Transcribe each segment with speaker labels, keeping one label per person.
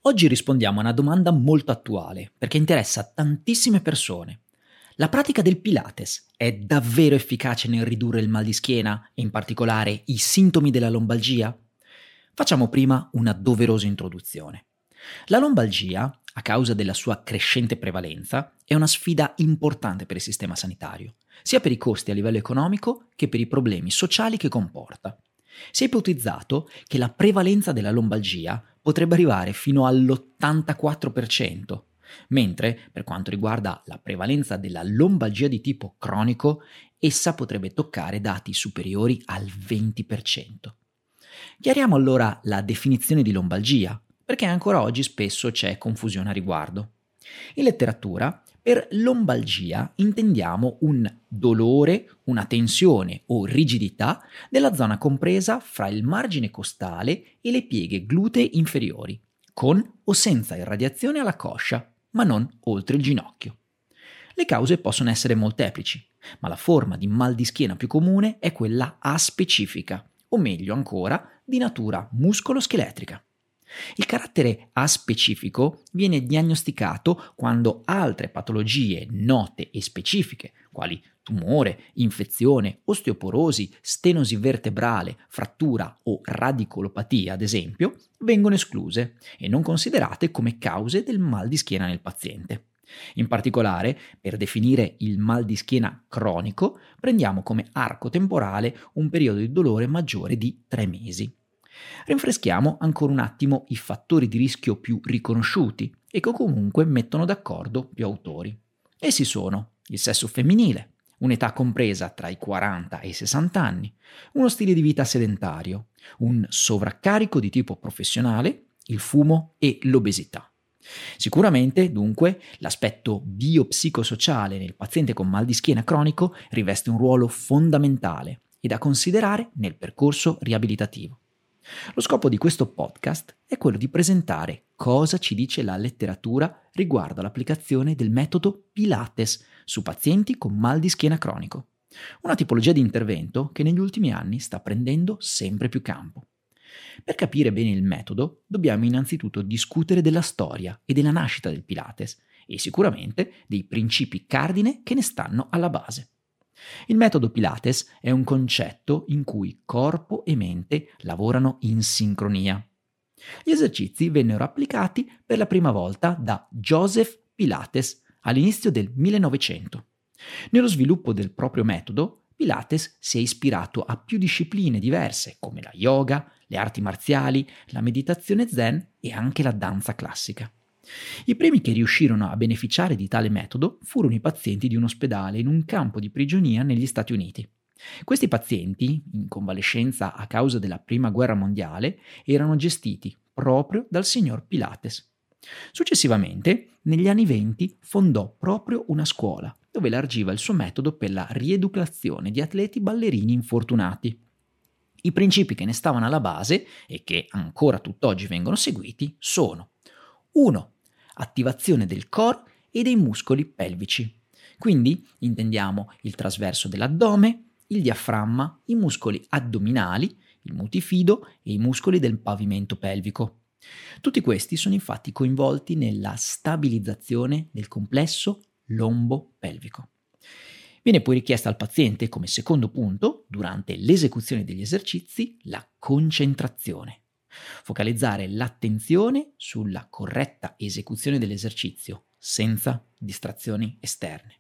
Speaker 1: Oggi rispondiamo a una domanda molto attuale, perché interessa tantissime persone. La pratica del Pilates è davvero efficace nel ridurre il mal di schiena e in particolare i sintomi della lombalgia? Facciamo prima una doverosa introduzione. La lombalgia, a causa della sua crescente prevalenza, è una sfida importante per il sistema sanitario, sia per i costi a livello economico che per i problemi sociali che comporta. Si è ipotizzato che la prevalenza della lombalgia potrebbe arrivare fino all'84%, mentre per quanto riguarda la prevalenza della lombalgia di tipo cronico, essa potrebbe toccare dati superiori al 20%. Chiariamo allora la definizione di lombalgia, perché ancora oggi spesso c'è confusione a riguardo. In letteratura, per lombalgia intendiamo un dolore, una tensione o rigidità della zona compresa fra il margine costale e le pieghe glutee inferiori, con o senza irradiazione alla coscia, ma non oltre il ginocchio. Le cause possono essere molteplici, ma la forma di mal di schiena più comune è quella aspecifica, o meglio ancora, di natura muscoloscheletrica. Il carattere aspecifico viene diagnosticato quando altre patologie note e specifiche, quali tumore, infezione, osteoporosi, stenosi vertebrale, frattura o radicolopatia, ad esempio, vengono escluse e non considerate come cause del mal di schiena nel paziente. In particolare, per definire il mal di schiena cronico, prendiamo come arco temporale un periodo di dolore maggiore di 3 mesi. Rinfreschiamo ancora un attimo i fattori di rischio più riconosciuti e che comunque mettono d'accordo più autori. Essi sono il sesso femminile, un'età compresa tra i 40 e i 60 anni, uno stile di vita sedentario, un sovraccarico di tipo professionale, il fumo e l'obesità. Sicuramente, dunque, l'aspetto biopsicosociale nel paziente con mal di schiena cronico riveste un ruolo fondamentale e da considerare nel percorso riabilitativo. Lo scopo di questo podcast è quello di presentare cosa ci dice la letteratura riguardo all'applicazione del metodo Pilates su pazienti con mal di schiena cronico, una tipologia di intervento che negli ultimi anni sta prendendo sempre più campo. Per capire bene il metodo, dobbiamo innanzitutto discutere della storia e della nascita del Pilates e sicuramente dei principi cardine che ne stanno alla base. Il metodo Pilates è un concetto in cui corpo e mente lavorano in sincronia. Gli esercizi vennero applicati per la prima volta da Joseph Pilates all'inizio del 1900. Nello sviluppo del proprio metodo, Pilates si è ispirato a più discipline diverse come la yoga, le arti marziali, la meditazione zen e anche la danza classica. I primi che riuscirono a beneficiare di tale metodo furono i pazienti di un ospedale in un campo di prigionia negli Stati Uniti. Questi pazienti, in convalescenza a causa della Prima Guerra Mondiale, erano gestiti proprio dal signor Pilates. Successivamente, negli anni '20, fondò proprio una scuola dove elargiva il suo metodo per la rieducazione di atleti ballerini infortunati. I principi che ne stavano alla base e che ancora tutt'oggi vengono seguiti sono 1. Attivazione del core e dei muscoli pelvici. Quindi intendiamo il trasverso dell'addome, il diaframma, i muscoli addominali, il mutifido e i muscoli del pavimento pelvico. Tutti questi sono infatti coinvolti nella stabilizzazione del complesso lombo-pelvico. Viene poi richiesta al paziente come secondo punto, durante l'esecuzione degli esercizi, la concentrazione. Focalizzare l'attenzione sulla corretta esecuzione dell'esercizio, senza distrazioni esterne.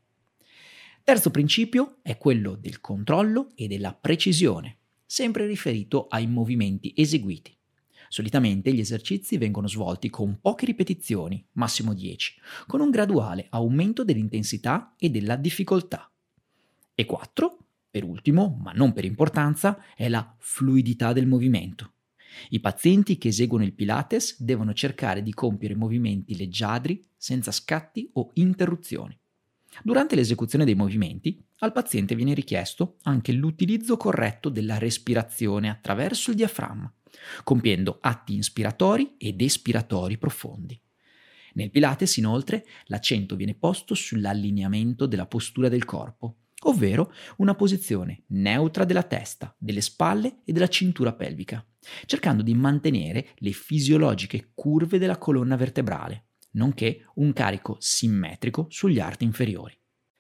Speaker 1: Terzo principio è quello del controllo e della precisione, sempre riferito ai movimenti eseguiti. Solitamente gli esercizi vengono svolti con poche ripetizioni, massimo 10, con un graduale aumento dell'intensità e della difficoltà. E 4, per ultimo, ma non per importanza, è la fluidità del movimento. I pazienti che eseguono il Pilates devono cercare di compiere movimenti leggiadri, senza scatti o interruzioni. Durante l'esecuzione dei movimenti, al paziente viene richiesto anche l'utilizzo corretto della respirazione attraverso il diaframma, compiendo atti inspiratori ed espiratori profondi. Nel Pilates, inoltre, l'accento viene posto sull'allineamento della postura del corpo, ovvero una posizione neutra della testa, delle spalle e della cintura pelvica, cercando di mantenere le fisiologiche curve della colonna vertebrale, nonché un carico simmetrico sugli arti inferiori.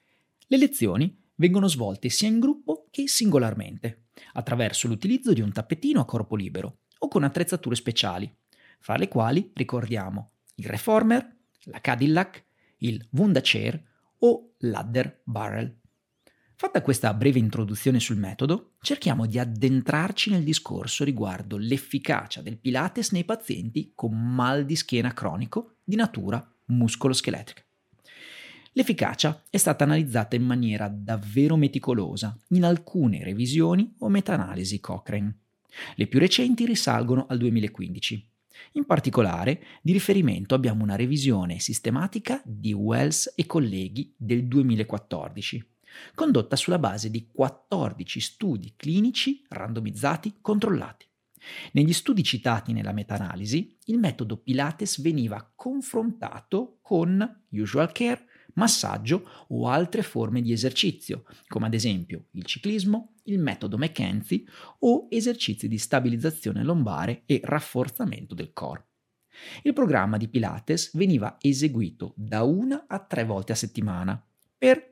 Speaker 1: Le lezioni vengono svolte sia in gruppo che singolarmente, attraverso l'utilizzo di un tappetino a corpo libero o con attrezzature speciali, fra le quali ricordiamo il Reformer, la Cadillac, il Wunderchair o l'Adder Barrel. Fatta questa breve introduzione sul metodo, cerchiamo di addentrarci nel discorso riguardo l'efficacia del Pilates nei pazienti con mal di schiena cronico di natura muscoloscheletrica. L'efficacia è stata analizzata in maniera davvero meticolosa in alcune revisioni o meta-analisi Cochrane. Le più recenti risalgono al 2015. In particolare, di riferimento abbiamo una revisione sistematica di Wells e colleghi del 2014, condotta sulla base di 14 studi clinici randomizzati controllati. Negli studi citati nella meta-analisi, il metodo Pilates veniva confrontato con usual care, massaggio o altre forme di esercizio, come ad esempio il ciclismo, il metodo McKenzie o esercizi di stabilizzazione lombare e rafforzamento del core. Il programma di Pilates veniva eseguito da 1 a 3 volte a settimana per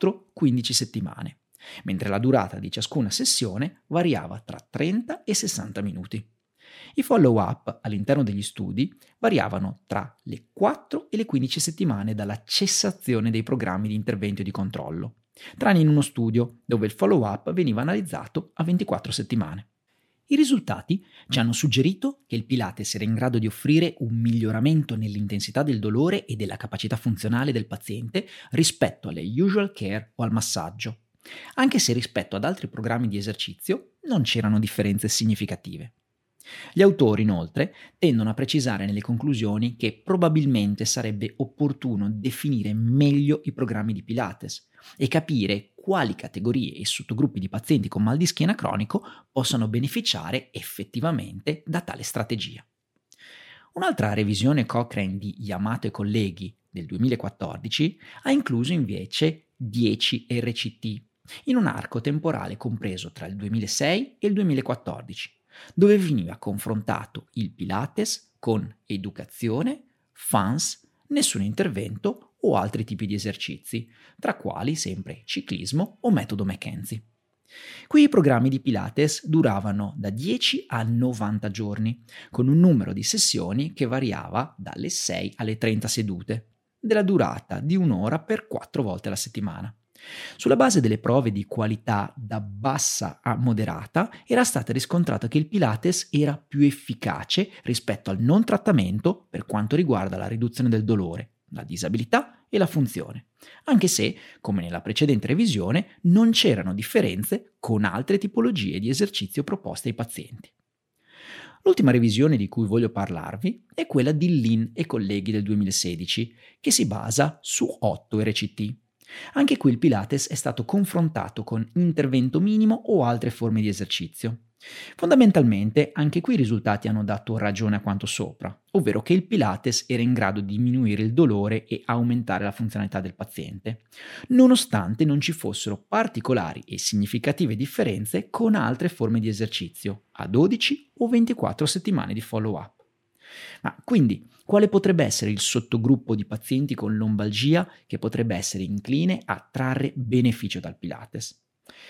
Speaker 1: 4-15 settimane, mentre la durata di ciascuna sessione variava tra 30 e 60 minuti. I follow-up all'interno degli studi variavano tra le 4 e le 15 settimane dalla cessazione dei programmi di intervento e di controllo, tranne in uno studio dove il follow-up veniva analizzato a 24 settimane. I risultati ci hanno suggerito che il Pilates era in grado di offrire un miglioramento nell'intensità del dolore e della capacità funzionale del paziente rispetto alle usual care o al massaggio, anche se rispetto ad altri programmi di esercizio non c'erano differenze significative. Gli autori, inoltre, tendono a precisare nelle conclusioni che probabilmente sarebbe opportuno definire meglio i programmi di Pilates e capire quali categorie e sottogruppi di pazienti con mal di schiena cronico possano beneficiare effettivamente da tale strategia. Un'altra revisione Cochrane di Yamato e colleghi del 2014 ha incluso invece 10 RCT in un arco temporale compreso tra il 2006 e il 2014, dove veniva confrontato il Pilates con educazione, fans, nessun intervento o altri tipi di esercizi, tra quali sempre ciclismo o metodo McKenzie. Qui i programmi di Pilates duravano da 10 a 90 giorni, con un numero di sessioni che variava dalle 6 alle 30 sedute, della durata di un'ora per 4 volte alla settimana. Sulla base delle prove di qualità da bassa a moderata era stata riscontrata che il Pilates era più efficace rispetto al non trattamento per quanto riguarda la riduzione del dolore, la disabilità e la funzione, anche se, come nella precedente revisione, non c'erano differenze con altre tipologie di esercizio proposte ai pazienti. L'ultima revisione di cui voglio parlarvi è quella di Lin e colleghi del 2016, che si basa su 8 RCT. Anche qui il Pilates è stato confrontato con intervento minimo o altre forme di esercizio. Fondamentalmente, anche qui i risultati hanno dato ragione a quanto sopra, ovvero che il Pilates era in grado di diminuire il dolore e aumentare la funzionalità del paziente, nonostante non ci fossero particolari e significative differenze con altre forme di esercizio, a 12 o 24 settimane di follow-up. Ma quindi, quale potrebbe essere il sottogruppo di pazienti con lombalgia che potrebbe essere incline a trarre beneficio dal Pilates?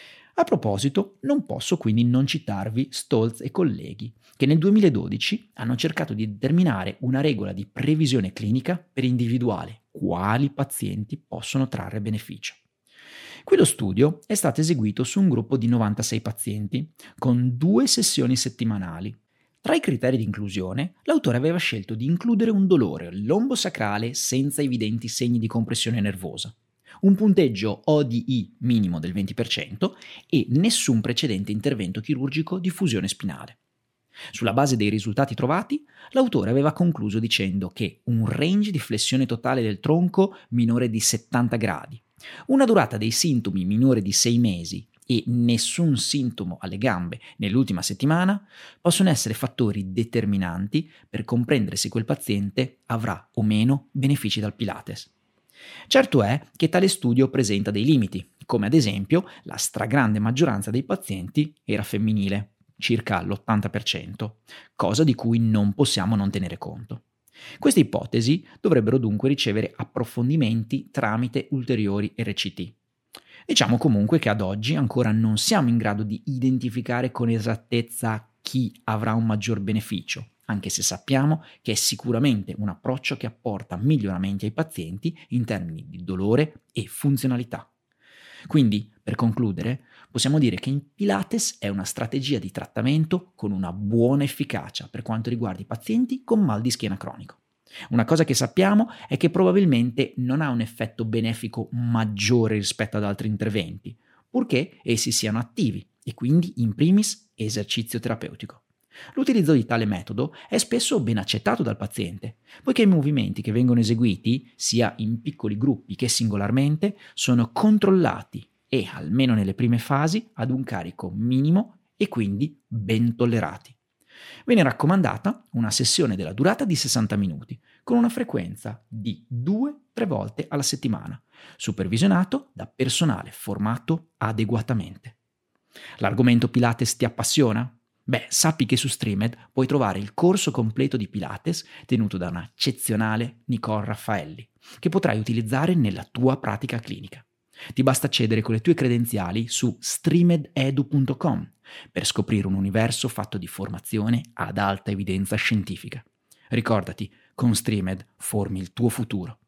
Speaker 1: A proposito, non posso quindi non citarvi Stolz e colleghi, che nel 2012 hanno cercato di determinare una regola di previsione clinica per individuare quali pazienti possono trarre beneficio. Qui lo studio è stato eseguito su un gruppo di 96 pazienti, con 2 sessioni settimanali. Tra i criteri di inclusione, l'autore aveva scelto di includere un dolore lombosacrale senza evidenti segni di compressione nervosa, un punteggio ODI minimo del 20% e nessun precedente intervento chirurgico di fusione spinale. Sulla base dei risultati trovati, l'autore aveva concluso dicendo che un range di flessione totale del tronco minore di 70 gradi, una durata dei sintomi minore di 6 mesi e nessun sintomo alle gambe nell'ultima settimana possono essere fattori determinanti per comprendere se quel paziente avrà o meno benefici dal Pilates. Certo è che tale studio presenta dei limiti, come ad esempio la stragrande maggioranza dei pazienti era femminile, circa l'80%, cosa di cui non possiamo non tenere conto. Queste ipotesi dovrebbero dunque ricevere approfondimenti tramite ulteriori RCT. Diciamo comunque che ad oggi ancora non siamo in grado di identificare con esattezza chi avrà un maggior beneficio, anche se sappiamo che è sicuramente un approccio che apporta miglioramenti ai pazienti in termini di dolore e funzionalità. Quindi, per concludere, possiamo dire che il Pilates è una strategia di trattamento con una buona efficacia per quanto riguarda i pazienti con mal di schiena cronico. Una cosa che sappiamo è che probabilmente non ha un effetto benefico maggiore rispetto ad altri interventi, purché essi siano attivi e quindi in primis esercizio terapeutico. L'utilizzo di tale metodo è spesso ben accettato dal paziente, poiché i movimenti che vengono eseguiti, sia in piccoli gruppi che singolarmente, sono controllati e, almeno nelle prime fasi, ad un carico minimo e quindi ben tollerati. Viene raccomandata una sessione della durata di 60 minuti, con una frequenza di 2-3 volte alla settimana, supervisionato da personale formato adeguatamente. L'argomento Pilates ti appassiona? Beh, sappi che su Streamed puoi trovare il corso completo di Pilates tenuto da una eccezionale Nicole Raffaelli, che potrai utilizzare nella tua pratica clinica. Ti basta accedere con le tue credenziali su streamededu.com per scoprire un universo fatto di formazione ad alta evidenza scientifica. Ricordati, con Streamed formi il tuo futuro.